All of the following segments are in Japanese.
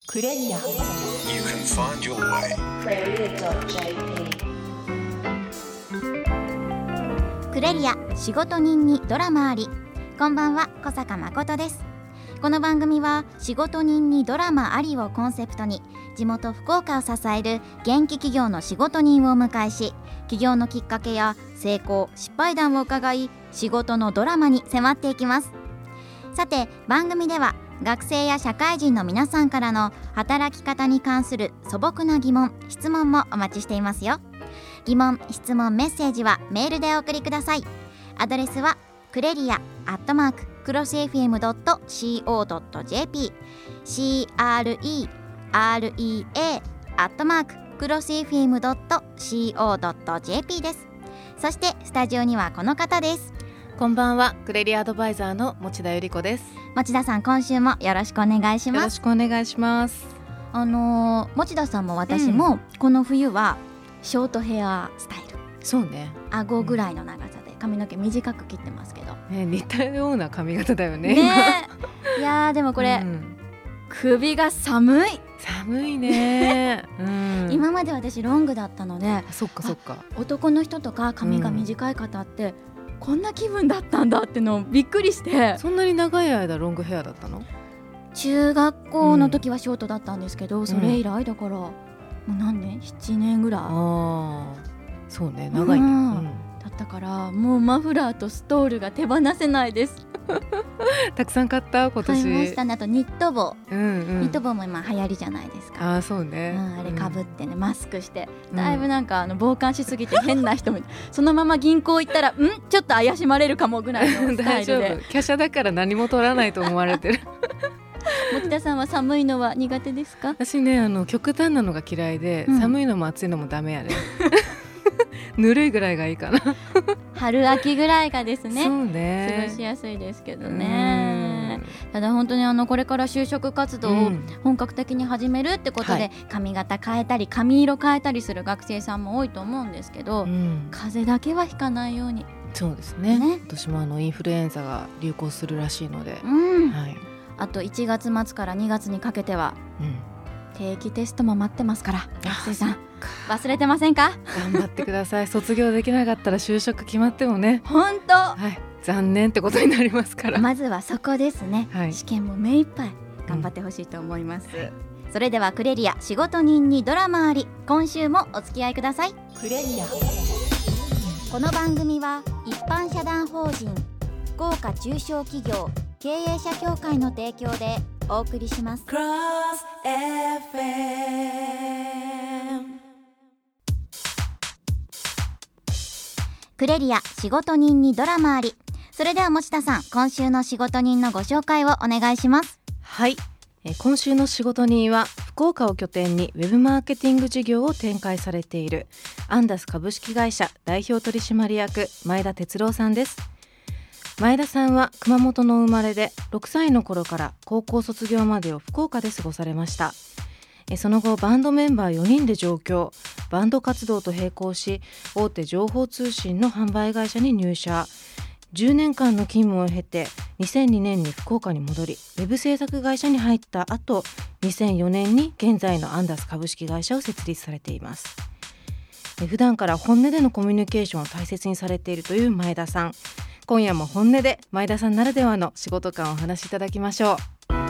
クレリア You can find your way. Clelia.jp クレリア仕事人にドラマあり。こんばんは、小坂誠です。この番組は仕事人にドラマありをコンセプトに、地元福岡を支える元気企業の仕事人をお迎えし、起業のきっかけや成功失敗談を伺い、仕事のドラマに迫っていきます。さて、番組では学生や社会人の皆さんからの働き方に関する素朴な疑問・質問もお待ちしていますよ。疑問・質問・メッセージはメールでお送りください。アドレスはクレリア@crossfm.co.jp CREREA@crossfm.co.jp です。そしてスタジオにはこの方です。 こんばんは、クレリアアドバイザーの持田由里子です。 持田さん、今週もよろしくお願いします。 よろしくお願いします。 持田さんも私もこの冬はショートヘアスタイル、 そうね、 顎ぐらいの長さで髪の毛短く切ってますけど、 似たような髪型だよね。 いやでもこれ、首が寒いね、 今まで私ロングだったので、 そっか男の人とか髪が短い方って、こんな気分だったんだってのをびっくりして。 そんなに長い間ロングヘアだったの？ 中学校の時はショートだったんですけど、それ以来だからもう何年？7年ぐらい。 そうね、長いね、 だったから、もうマフラーとストールが手放せないですたくさん買った今年。 買いましたね。あとニット帽、ニット帽帽も今流行りじゃないですか。 そうね、 あれかぶってね、マスクしてだいぶなんか傍観しすぎて変な人もそのまま銀行行ったらちょっと怪しまれるかもぐらいのスタイルで大丈夫、華奢だから何も取らないと思われてる持田さんは寒いのは苦手ですか？ 私ね、極端なのが嫌いで、寒いのも暑いのもダメやねぬるいぐらいがいいかな春秋ぐらいがですね、 そうね、 過ごしやすいですけどね。ただ本当にこれから就職活動を本格的に始めるってことで、髪型変えたり髪色変えたりする学生さんも多いと思うんですけど、風邪だけはひかないように。 そうですね、今年もインフルエンザが流行するらしいので、あと1月末から2月にかけては、定期テストも待ってますから、学生さん忘れてませんか？ 頑張ってください卒業できなかったら就職決まってもね、 本当、 残念ってことになりますから、 まずはそこですね、試験も目いっぱい頑張ってほしいと思います、それではクレリア仕事人にドラマあり、今週もお付き合いください。 クレリア。 この番組は一般社団法人福岡中小企業経営者協会の提供でお送りします。 Cross FM。 クレリア仕事人にドラマあり。それでは持田さん、今週の仕事人のご紹介をお願いします。 はい、今週の仕事人は福岡を拠点にウェブマーケティング事業を展開されているアンダス株式会社代表取締役前田哲郎さんです。前田さんは熊本の生まれで、6歳の頃から高校卒業までを福岡で過ごされました。その後バンドメンバー4人で上京、バンド活動と並行し大手情報通信の販売会社に入社。10年間の勤務を経て2002年に福岡に戻り、ウェブ制作会社に入った後、2004年に現在のアンダス株式会社を設立されています。普段から本音でのコミュニケーションを大切にされているという前田さん。今夜も本音で前田さんならではの仕事感をお話しいただきましょう。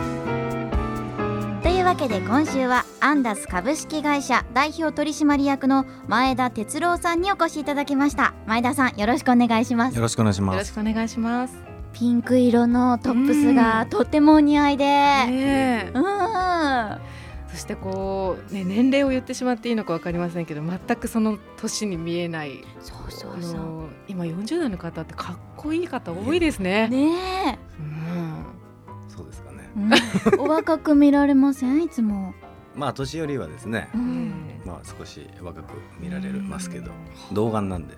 というわけで今週はアンダス株式会社代表取締役の前田哲郎さんにお越しいただきました。前田さん、よろしくお願いします。 よろしくお願いします。 よろしくお願いします。 ピンク色のトップスがとてもお似合いで、 そして年齢を言ってしまっていいのか分かりませんけど、全くその年に見えない。 そう今40代の方ってかっこいい方多いですね。 そうですかね、 お若く見られません？いつも年寄りはですね、少し若く見られますけど、童顔なんで、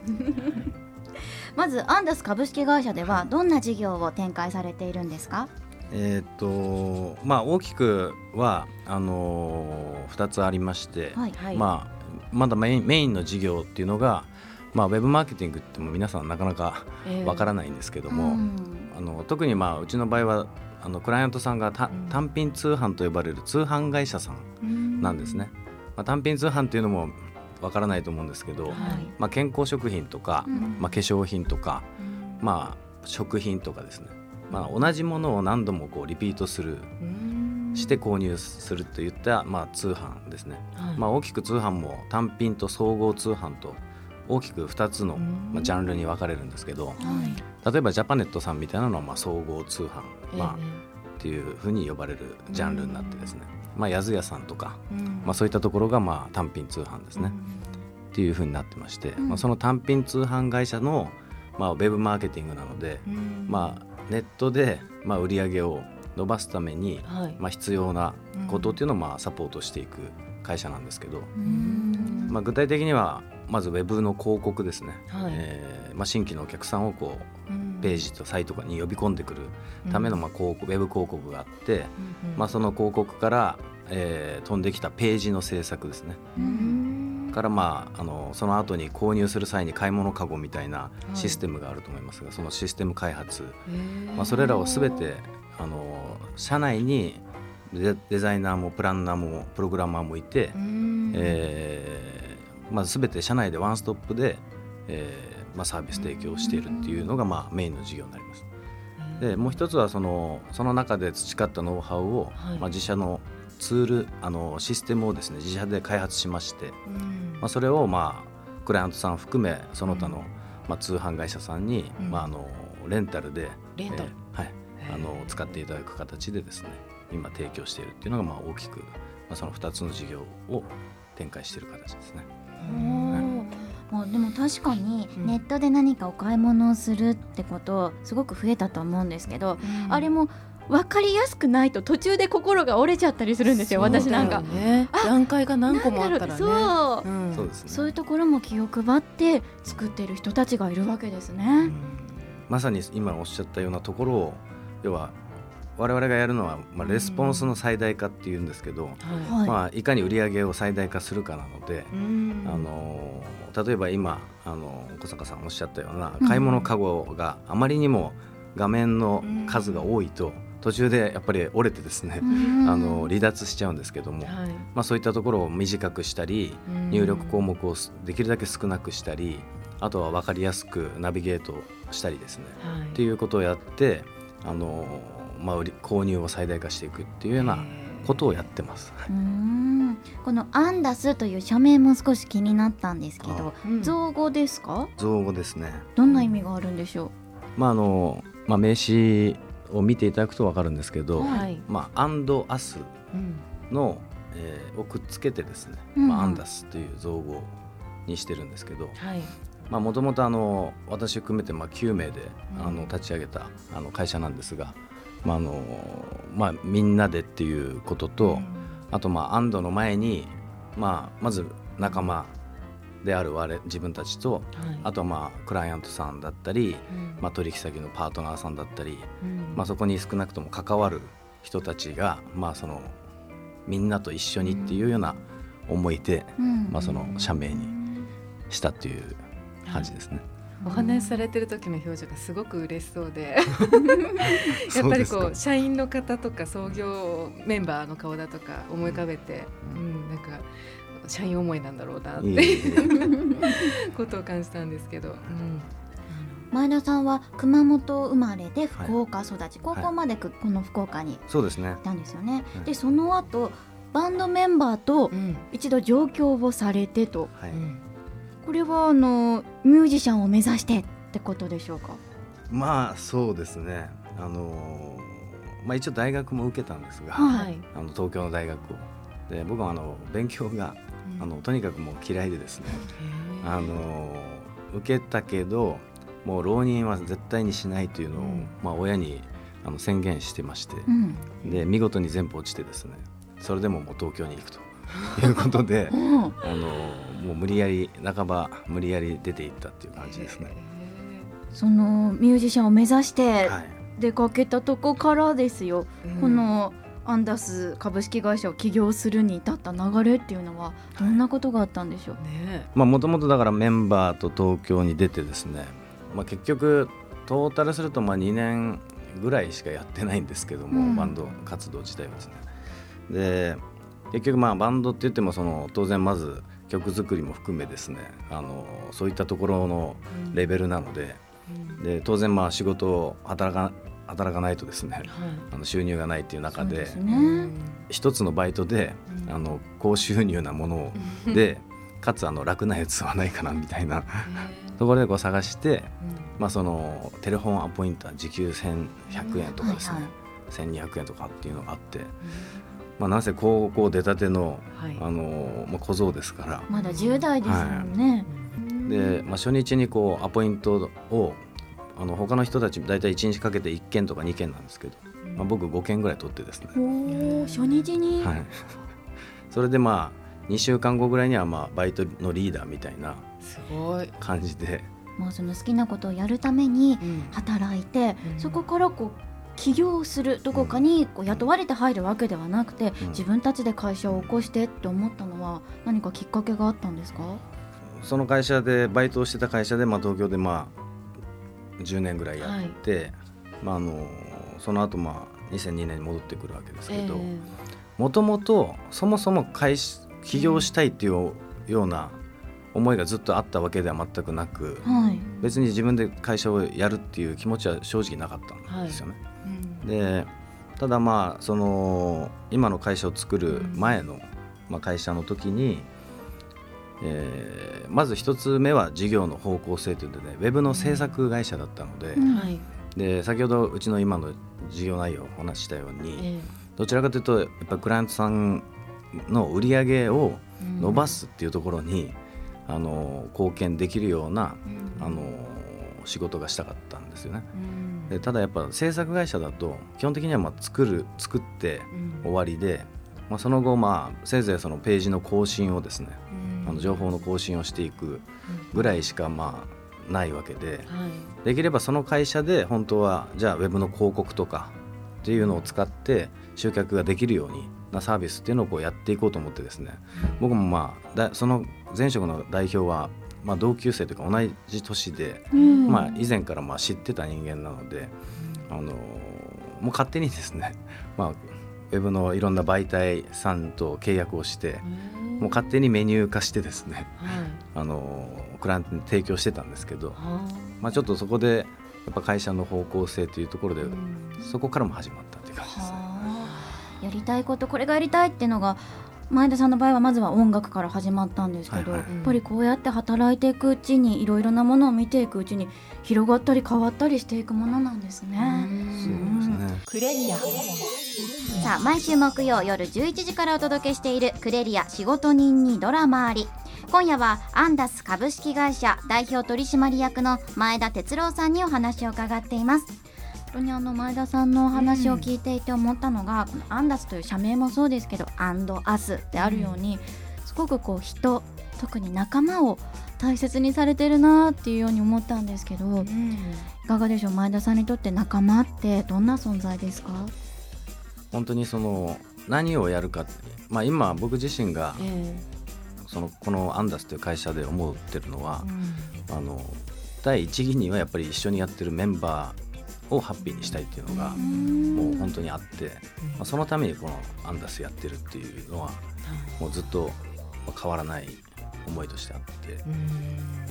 まずアンダス株式会社ではどんな事業を展開されているんですか？ 大きくは2つありまして、まだメインの事業っていうのが、ウェブマーケティングっても皆さんなかなかわからないんですけども、特にうちの場合はクライアントさんが単品通販と呼ばれる通販会社さんなんですね。単品通販っていうのもわからないと思うんですけど、健康食品とか、化粧品とか、食品とかですね、同じものを何度もこうリピートして購入するといった、通販ですね。大きく通販も単品と総合通販と大きく2つの、ジャンルに分かれるんですけど、例えばジャパネットさんみたいなのは総合通販、っていうふうに呼ばれるジャンルになってですね、やずやさんとか、そういったところが単品通販ですね、っていうふうになってまして、その単品通販会社の、ウェブマーケティングなので、ネットで、売り上げを伸ばすために、必要なことっていうのをサポートしていく会社なんですけど、具体的にはまずウェブの広告ですね、新規のお客さんをこうページとサイトに呼び込んでくるためのウェブ広告があって、その広告から、飛んできたページの制作ですね、からその後に購入する際に買い物カゴみたいなシステムがあると思いますが、そのシステム開発、それらをすべて社内にデザイナーもプランナーもプログラマーもいて、すべて社内でワンストップで、サービス提供しているっていうのがメインの事業になります。でもう一つはその中で培ったノウハウを、自社のツールシステムをですね自社で開発しまして、それをクライアントさん含めその他の、通販会社さんに、レンタルで使っていただく形でですね今提供しているっていうのが大きく、その2つの事業を展開している形ですね。 でも確かにネットで何かお買い物をするってことすごく増えたと思うんですけど、あれも分かりやすくないと途中で心が折れちゃったりするんですよ。私なんか、 段階が何個もあったらね、 そうですね、そういうところも気を配って作っている人たちがいるわけですね。 まさに今おっしゃったようなところを、要は我々がやるのは、レスポンスの最大化っていうんですけど、いかに売り上げを最大化するかなので、例えば今小坂さんおっしゃったような買い物カゴがあまりにも画面の数が多いと途中でやっぱり折れてですね、離脱しちゃうんですけども、そういったところを短くしたり、入力項目をできるだけ少なくしたり、あとは分かりやすくナビゲートしたりですね、っていうことをやって購入を最大化していくっていうようなことをやってます。 このアンダスという社名も少し気になったんですけど、造語ですか？ 造語ですね。 どんな意味があるんでしょう？名詞を見ていただくと分かるんですけど、アンドアスの、をくっつけてですね、アンダスという造語にしてるんですけど、もともと私を含めて9名で立ち上げた会社なんですが、みんなでっていうことと、あとアンドの前に、まず仲間である自分たちと、あとはクライアントさんだったり、取引先のパートナーさんだったり、そこに少なくとも関わる人たちが、そのみんなと一緒にっていうような思いで、その社名にしたっていう感じですね。 お話しされてる時の表情がすごく嬉しそうでやっぱりこう社員の方とか創業メンバーの顔だとか思い浮かべて、なんか社員思いなんだろうなっていうことを感じたんですけど、 前田さんは熊本生まれで福岡育ち、高校までこの福岡にいたんですよね。でその後バンドメンバーと一度上京をされてと、これはミュージシャンを目指してってことでしょうか？ そうですね。一応大学も受けたんですが、東京の大学をで、僕は勉強がとにかくもう嫌いでですね、受けたけどもう浪人は絶対にしないというのを、親に宣言してまして、で見事に全部落ちてですね、それでももう東京に行くということでもう半ば無理やり出ていったっていう感じですね。 そのミュージシャンを目指して出かけたとこからですよ、このアンダス株式会社を起業するに至った流れっていうのはどんなことがあったんでしょう？ もともとだからメンバーと東京に出てですね、結局トータルすると2年ぐらいしかやってないんですけども、バンド活動自体はですね。で結局バンドって言っても当然まず曲作りも含めですね、そういったところのレベルなので、で当然仕事を働かないとですね、収入がないっていう中で、一つのバイトで、高収入なものでかつ楽なやつはないかなみたいなところで探して、テレフォンアポインター時給1100円とかですね、1200円とかっていうのがあって、なんせ高校出たての、小僧ですからまだ10代ですもんね。 で、初日にアポイントを他の人たち大体1日かけて1件とか2件なんですけど、僕5件ぐらい取ってですね。 初日に、 それで2週間後ぐらいにはバイトのリーダーみたいな感じで、 もうその好きなことをやるために働いて、そこから起業するどこかに雇われて入るわけではなくて、自分たちで会社を起こしてって思ったのは何かきっかけがあったんですか？ その会社でバイトをしてた会社で、東京で10年ぐらいやって、その後2002年に戻ってくるわけですけど、もともとそもそも起業したいっていうような思いがずっとあったわけでは全くなく、別に自分で会社をやるっていう気持ちは正直なかったんですよね。でただ今の会社を作る前の、会社の時に、まず一つ目は事業の方向性というので、ウェブの制作会社だったので、で先ほどうちの今の事業内容をお話ししたように、どちらかというとやっぱりクライアントさんの売り上げを伸ばすっていうところに、貢献できるような、仕事がしたかったんですよね。でただやっぱ制作会社だと基本的には作って終わりで、その後せいぜいそのページの更新をですね、情報の更新をしていくぐらいしかないわけで、できればその会社で本当はじゃあウェブの広告とかっていうのを使って集客ができるようになサービスっていうのをやっていこうと思ってですね、僕もその前職の代表は同級生というか同じ年で、以前から知ってた人間なので、もう勝手にですね、ウェブのいろんな媒体さんと契約をして、もう勝手にメニュー化してですね、クライアントに提供してたんですけど、ちょっとそこでやっぱ会社の方向性というところで、そこからも始まったという感じですね。 やりたいことこれがやりたいっていうのが前田さんの場合はまずは音楽から始まったんですけど、やっぱりこうやって働いていくうちにいろいろなものを見ていくうちに広がったり変わったりしていくものなんですね。 そうですね。 クレリア。 さあ毎週木曜夜11時からお届けしているクレリア仕事人にドラマあり。今夜はアンダス株式会社代表取締役の前田哲郎さんにお話を伺っています。本当に前田さんのお話を聞いていて思ったのが、このアンダスという社名もそうですけどアンドアスであるように、すごく人特に仲間を大切にされてるなっていうように思ったんですけど、いかがでしょう？前田さんにとって仲間ってどんな存在ですか？ 本当に何をやるかって、今僕自身が、このアンダスという会社で思ってるのは、第一義にはやっぱり一緒にやってるメンバーをハッピーにしたいっていうのがもう本当にあって、そのためにこのアンダスやってるっていうのはもうずっと変わらない思いとしてあって、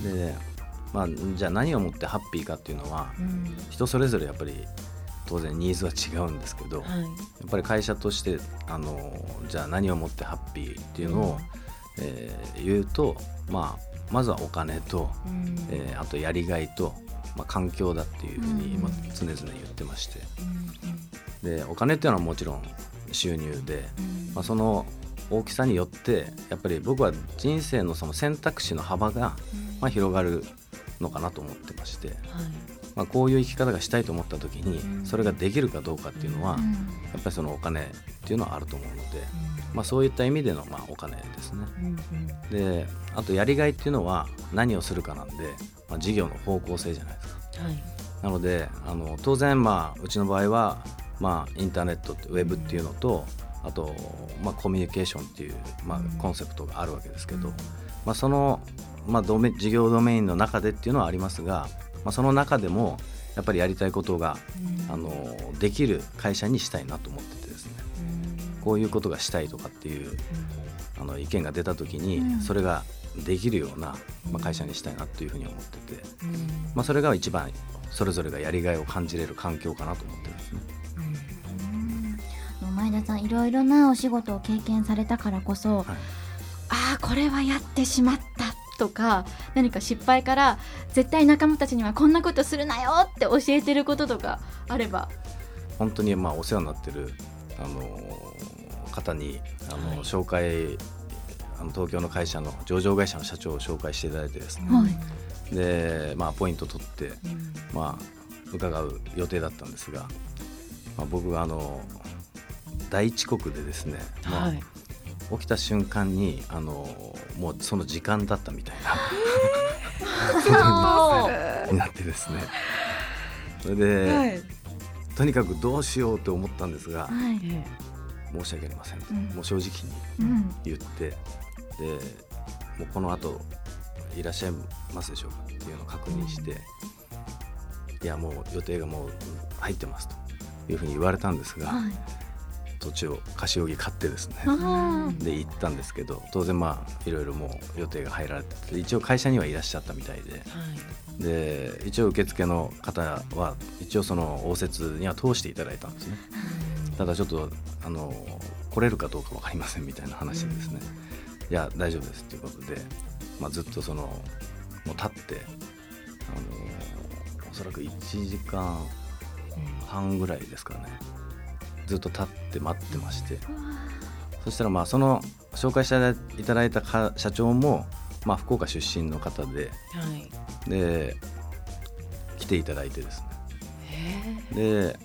で、じゃあ何をもってハッピーかっていうのは、人それぞれやっぱり当然ニーズは違うんですけど、やっぱり会社としてじゃあ何をもってハッピーっていうのを、言うと、まずはお金と、あとやりがいと、環境だっていうふうに今常々言ってまして、でお金っていうのはもちろん収入で、その大きさによってやっぱり僕は人生のその選択肢の幅が広がるのかなと思ってまして、こういう生き方がしたいと思った時にそれができるかどうかっていうのは、やっぱりそのお金っていうのはあると思うので、そういった意味でのお金ですね。であとやりがいっていうのは何をするかなんで、事業の方向性じゃないですか。なので当然うちの場合はインターネットウェブっていうのと、あとコミュニケーションっていうコンセプトがあるわけですけど、その事業ドメインの中でっていうのはありますが、その中でもやっぱりやりたいことが、できる会社にしたいなと思っててですね、こういうことがしたいとかっていう、意見が出た時に、それができるような、会社にしたいなというふうに思ってて、それが一番それぞれがやりがいを感じれる環境かなと思ってるんですね。 前田さんいろいろなお仕事を経験されたからこそ、これはやってしまったとか、何か失敗から絶対仲間たちにはこんなことするなよって教えてることとかあれば。 本当にお世話になってる方に紹介、東京の会社の上場会社の社長を紹介していただいてですね、でアポイント取って、伺う予定だったんですが、僕が大遅刻でですね、起きた瞬間にもうその時間だったみたいなになってですね、それで、とにかくどうしようと思ったんですが、申し訳ありませんと、もう正直に言って、でもうこの後いらっしゃいますでしょうかっていうのを確認して、いやもう予定がもう入ってますというふうに言われたんですが、土地をカシオギ買ってですね、で行ったんですけど、当然いろいろもう予定が入られてて、一応会社にはいらっしゃったみたいで、で一応受付の方は一応その応接には通していただいたんですね。ただちょっと来れるかどうか分かりませんみたいな話でですね、いや大丈夫ですということで、ずっともう立っておそらく1時間半ぐらいですかね、ずっと立って待ってまして、そしたらその紹介していただいた社長も、福岡出身の方で、で来ていただいてですね、で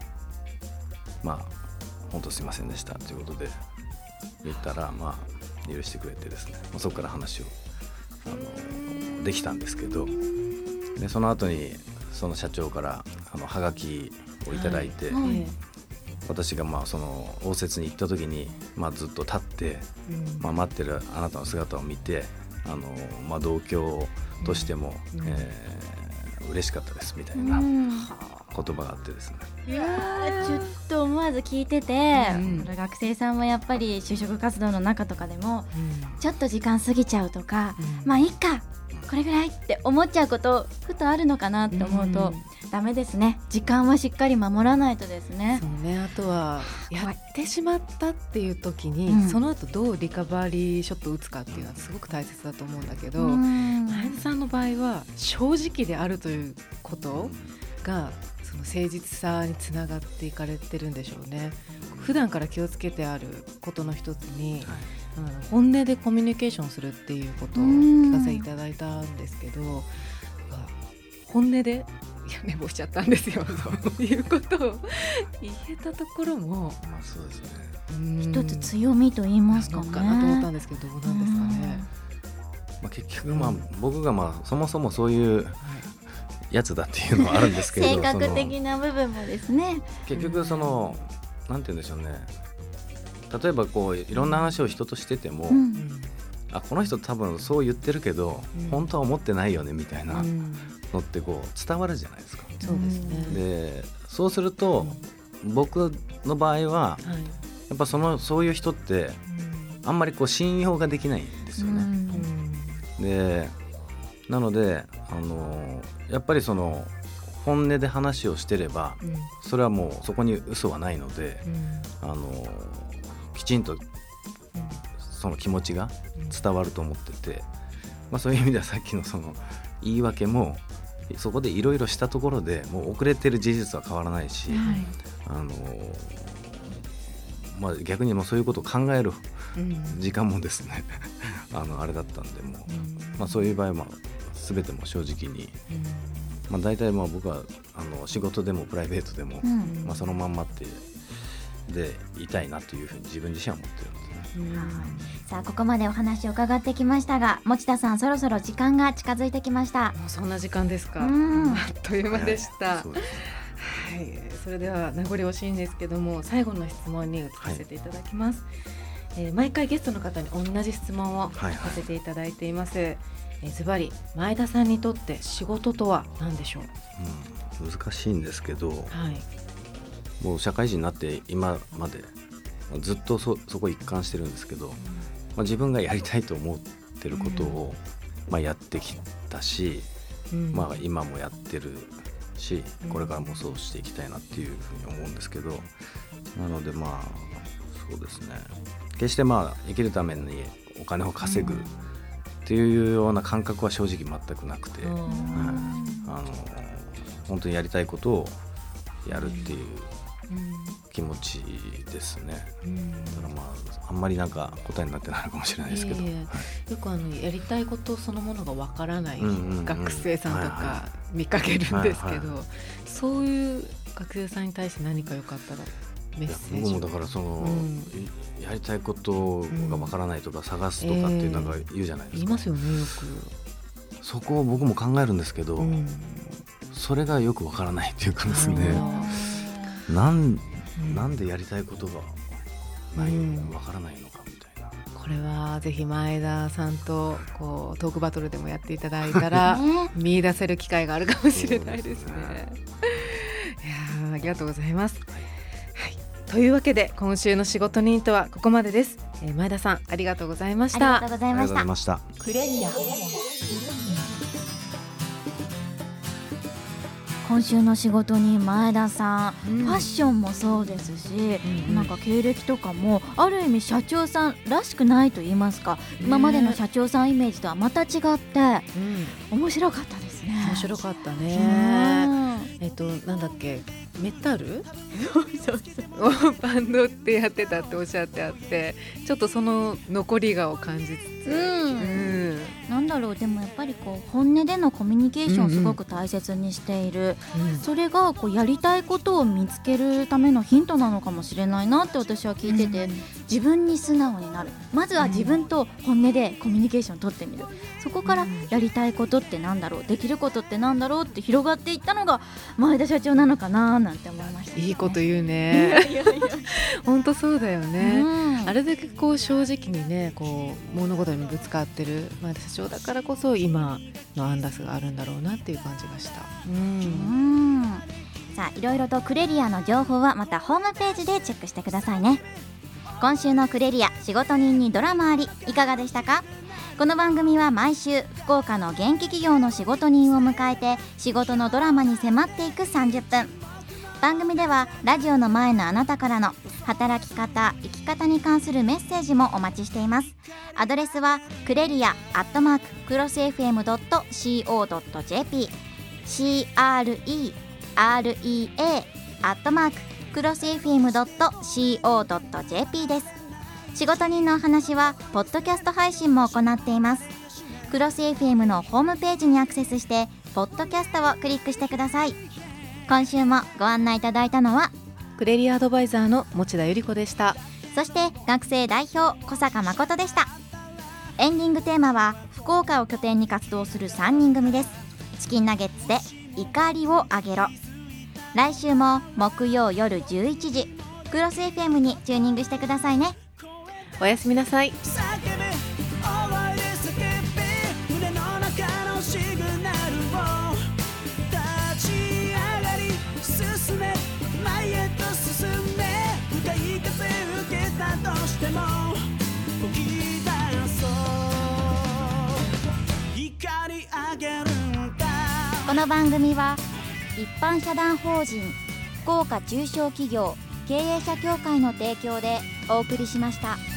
本当すいませんでしたということで言ったら、許してくれてですね、そこから話をできたんですけど、でその後にその社長からはがきをいただいて、私がその応接に行った時に、ずっと立って、待ってるあなたの姿を見て、同郷としても、嬉しかったですみたいな言葉があってですね、 いやちょっと思わず聞いてて、学生さんもやっぱり就職活動の中とかでも、ちょっと時間過ぎちゃうとか、いいかこれぐらいって思っちゃうことふとあるのかなって思うと、ダメですね。時間はしっかり守らないとですね。 そうね、あとはやってしまったっていう時に、その後どうリカバリーショットを打つかっていうのはすごく大切だと思うんだけど、前田さんの場合は正直であるということがその誠実さにつながっていかれてるんでしょうね。普段から気をつけてあることの一つに、本音でコミュニケーションするっていうことを聞かせていただいたんですけど、本音で寝坊しちゃったんですよということを言えたところも、 そうですね、 一つ強みと言いますかね。 かなと思ったんですけど、どうなんですかね。 結局僕がそもそもそういうやつだっていうのはあるんですけど性格的な部分もですね、 結局なんて言うんでしょうね、例えばいろんな話を人としてても、この人多分そう言ってるけど、本当は思ってないよねみたいなのって伝わるじゃないですか。 そうですね。 でそうすると、僕の場合は、やっぱそういう人ってあんまり信用ができないんですよね。でなのでやっぱり本音で話をしてれば、それはもうそこに嘘はないので、きちんとその気持ちが伝わると思ってて、そういう意味ではさっきの言い訳もそこでいろいろしたところでもう遅れてる事実は変わらないし、逆にもうそういうことを考える時間もですねあれだったんで、もう、そういう場合は全ても正直に、大体僕は仕事でもプライベートでも、そのまんまってでいたいなというふうに自分自身は思ってるんですね。 さあここまでお話を伺ってきましたが、持田さんそろそろ時間が近づいてきました。 もうそんな時間ですか。あっという間でした。そうですね。それでは名残惜しいんですけども、最後の質問に移させていただきます。毎回ゲストの方に同じ質問をさせていただいています。 ズバリ前田さんにとって仕事とは何でしょう？ 難しいんですけど、 はい、 もう社会人になって今までずっとそこ一貫してるんですけど、自分がやりたいと思ってることを、やってきたし、今もやってるし、これからもそうしていきたいなっていうふうに思うんですけど、なのでそうですね、決して生きるためにお金を稼ぐっていうような感覚は正直全くなくて、本当にやりたいことをやるっていう気持ちですね。だからあんまり答えになってないのかもしれないですけど、 よくやりたいことそのものがわからない学生さんとか見かけるんですけど、そういう学生さんに対して何かよかったらメッセージ。 僕もだからやりたいことがわからないとか探すとかって言うじゃないですか。 言いますよね、よく。 そこを僕も考えるんですけど、それがよくわからないっていうかですね、なんでやりたいことがわからないのかみたいな。 これはぜひ前田さんとトークバトルでもやっていただいたら見出せる機会があるかもしれないですね。いや、ありがとうございます。というわけで今週の仕事人とはここまでです。前田さん、ありがとうございました。 ありがとうございました。 クレリア。 今週の仕事に前田さん、ファッションもそうですし、経歴とかもある意味社長さんらしくないと言いますか、今までの社長さんイメージとはまた違って、面白かったですね。 面白かったね。なんだっけ、メタルをバンドってやってたっておっしゃってあって、ちょっとその残りがを感じつつ、 なんだろう、でもやっぱり本音でのコミュニケーションをすごく大切にしている、それがやりたいことを見つけるためのヒントなのかもしれないなって私は聞いてて、自分に素直になる、まずは自分と本音でコミュニケーションを取ってみる、そこからやりたいことってなんだろう、できることってなんだろうって広がっていったのが前田社長なのかななんて思いましたね。 いいこと言うね。本当そうだよね。あれだけ正直にね物事にぶつかってる前田社長だからこそ今のアンダスがあるんだろうなっていう感じがした。 さあ、いろいろとクレリアの情報はまたホームページでチェックしてくださいね。今週のクレリア仕事人にドラマあり、いかがでしたか？この番組は毎週福岡の元気企業の仕事人を迎えて仕事のドラマに迫っていく30分。番組ではラジオの前のあなたからの働き方、生き方に関するメッセージもお待ちしています。アドレスはクレリア@crossfm.co.jp CREREA@crossfm.co.jp です。仕事人のお話はポッドキャスト配信も行っています。クロス FM のホームページにアクセスしてポッドキャストをクリックしてください。今週もご案内いただいたのはクレリアアドバイザーの持田由里子でした。 そして学生代表小坂誠でした。エンディングテーマは福岡を拠点に活動する3人組です。チキンナゲッツで怒りをあげろ。来週も木曜夜11時クロス FM にチューニングしてくださいね。 おやすみなさい。 この番組は一般社団法人福岡中小企業経営者協会の提供でお送りしました。